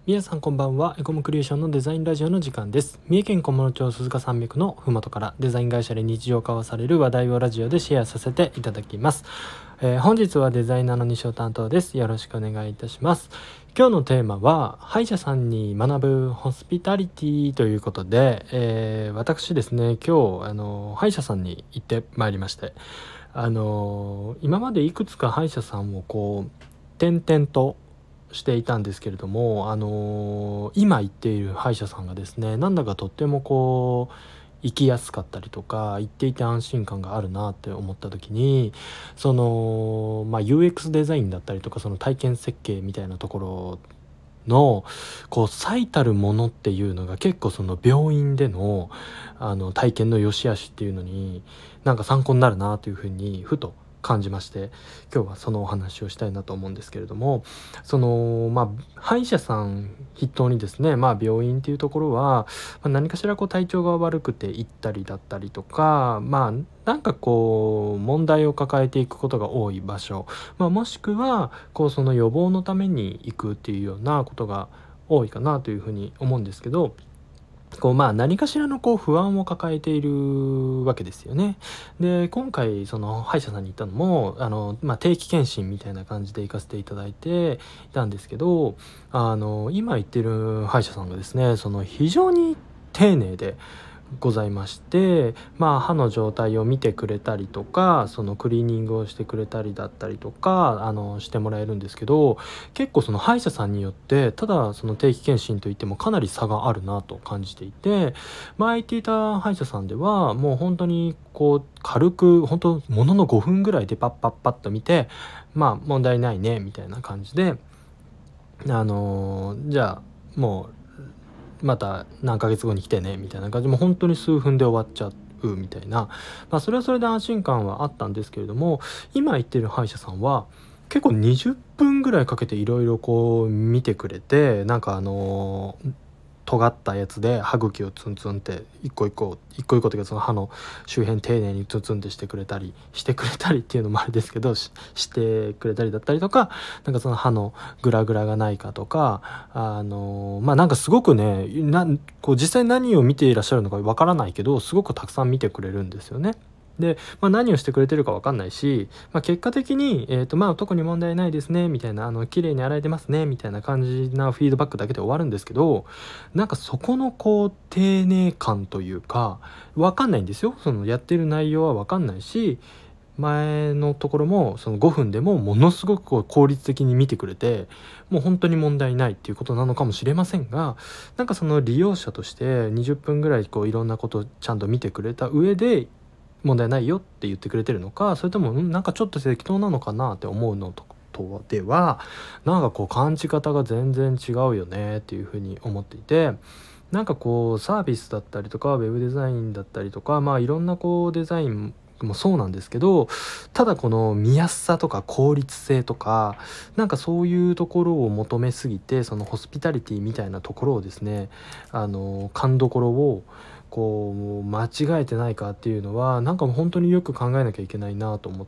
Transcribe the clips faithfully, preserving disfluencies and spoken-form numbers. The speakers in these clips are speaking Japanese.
皆さんこんばんは。エコムクリエーションのデザインラジオの時間です。三重県菰野町鈴鹿山脈のふもとからデザイン会社で日常交わされる話題をラジオでシェアさせていただきます。えー本日はデザイナーの西尾担当です。よろしくお願いいたします。今日のテーマは歯医者さんに学ぶホスピタリティということで、えー私ですね、今日あの歯医者さんに行ってまいりまして、あの今までいくつか歯医者さんをこう転々としていたんですけれども、あの今行っている歯医者さんがですね、なんだかとってもこう行きやすかったりとか、行っていて安心感があるなって思った時に、そのまあ ユーエックス デザインだったりとか、その体験設計みたいなところのこう最たるものっていうのが結構その病院でのあの体験の良し悪しっていうのになんか参考になるなというふうにふと感じまして、今日はそのお話をしたいなと思うんですけれども、そのまあ歯医者さん筆頭にですね、まあ病院っていうところは、まあ、何かしらこう体調が悪くて行ったりだったりとか、まあなんかこう問題を抱えていくことが多い場所、まあ、もしくはこうその予防のために行くっていうようなことが多いかなというふうに思うんですけど、こうまあ何かしらのこう不安を抱えているわけですよね。で今回その歯医者さんに行ったのもあの、まあ、定期検診みたいな感じで行かせていただいていたんですけど、あの今行ってる歯医者さんがですね、その非常に丁寧でございまして、まあ、歯の状態を見てくれたりとか、そのクリーニングをしてくれたりだったりとかあのしてもらえるんですけど、結構その歯医者さんによってただその定期検診といってもかなり差があるなと感じていて、前行っていた歯医者さんではもう本当にこう軽く本当もののごふんぐらいでパッパッパッと見て、まあ問題ないねみたいな感じで、あのじゃあもうまた何ヶ月後に来てねみたいな感じで、もう本当に数分で終わっちゃうみたいな、まあ、それはそれで安心感はあったんですけれども、今行ってる歯医者さんは結構にじゅっぷんぐらいかけていろいろこう見てくれて、なんかあのー尖ったやつで歯茎をツンツンって一個一個一個一個というかその歯の周辺丁寧にツンツンってしてくれたりしてくれたりっていうのもあれですけど し, してくれたりだったりとか、なんかその歯のグラグラがないかとか、あのまあなんかすごくねなこう実際何を見ていらっしゃるのかわからないけど、すごくたくさん見てくれるんですよね。で、まあ、何をしてくれてるか分かんないし、まあ、結果的に、えーとまあ、特に問題ないですねみたいな、あの綺麗に洗えてますねみたいな感じなフィードバックだけで終わるんですけど、なんかそこのこう丁寧感というか分かんないんですよ。そのやってる内容は分かんないし、前のところもそのごふんでもものすごくこう効率的に見てくれて、もう本当に問題ないっていうことなのかもしれませんが、なんかその利用者としてにじゅっぷんぐらいこういろんなことをちゃんと見てくれた上で問題ないよって言ってくれてるのか、それともんなんかちょっと適当なのかなって思うのととでは、なんかこう感じ方が全然違うよねっていうふうに思っていて、なんかこうサービスだったりとかウェブデザインだったりとか、まあいろんなこうデザインもそうなんですけど、ただこの見やすさとか効率性とか、なんかそういうところを求めすぎて、そのホスピタリティみたいなところをですね、あの勘どころをこう間違えてないかっていうのは、なんかもう本当によく考えなきゃいけないなと思って、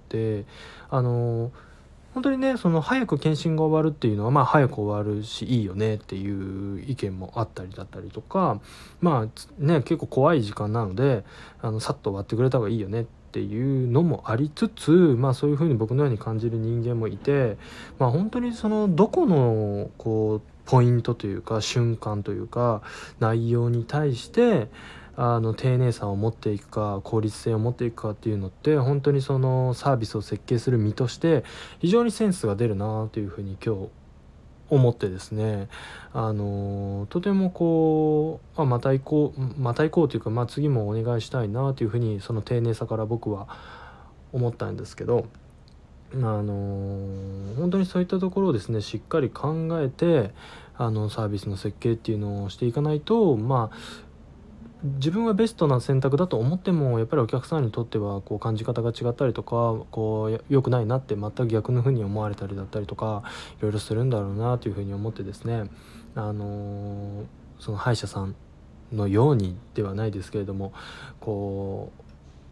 あの本当にね、その早く検診が終わるっていうのはまあ早く終わるしいいよねっていう意見もあったりだったりとか、まあね結構怖い時間なので、あのさっと終わってくれた方がいいよねっていうのもありつつ、まあそういうふうに僕のように感じる人間もいて、まあ本当にそのどこのこうポイントというか瞬間というか内容に対してあの丁寧さを持っていくか効率性を持っていくかっていうのって、本当にそのサービスを設計する身として非常にセンスが出るなというふうに今日思ってですね、あのとてもこう、あ、また行こうまた行こうというか、まあ、次もお願いしたいなというふうにその丁寧さから僕は思ったんですけど、あの本当にそういったところをですねしっかり考えて、あのサービスの設計っていうのをしていかないと、まあ自分はベストな選択だと思ってもやっぱりお客さんにとってはこう感じ方が違ったりとか、こう良くないなって全く逆の風に思われたりだったりとか、いろいろするんだろうなというふうに思ってですね、あのーその歯医者さんのようにではないですけれども、こう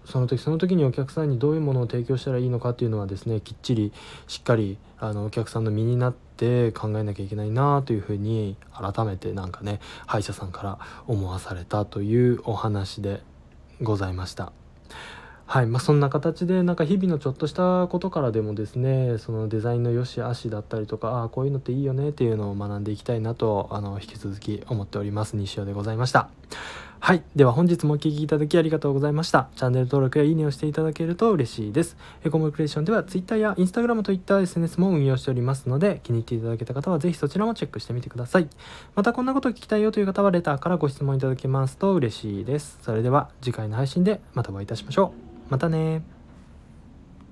その時その時にお客さんにどういうものを提供したらいいのかっていうのはですね、きっちりしっかりあのお客さんの身になって考えなきゃいけないなというふうに改めてなんかね、歯医者さんから思わされたというお話でございました。はい、まあ、そんな形でなんか日々のちょっとしたことからでもですね、そのデザインの良し悪しだったりとか、ああこういうのっていいよねっていうのを学んでいきたいなとあの引き続き思っております。西尾でございました。はい、では本日もお聴きいただきありがとうございました。チャンネル登録やいいねをしていただけると嬉しいです。エコムクリエーションでは Twitter や Instagram といった エスエヌエス も運用しておりますので、気に入っていただけた方はぜひそちらもチェックしてみてください。またこんなことを聞きたいよという方はレターからご質問いただけますと嬉しいです。それでは次回の配信でまたお会いいたしましょう。またね。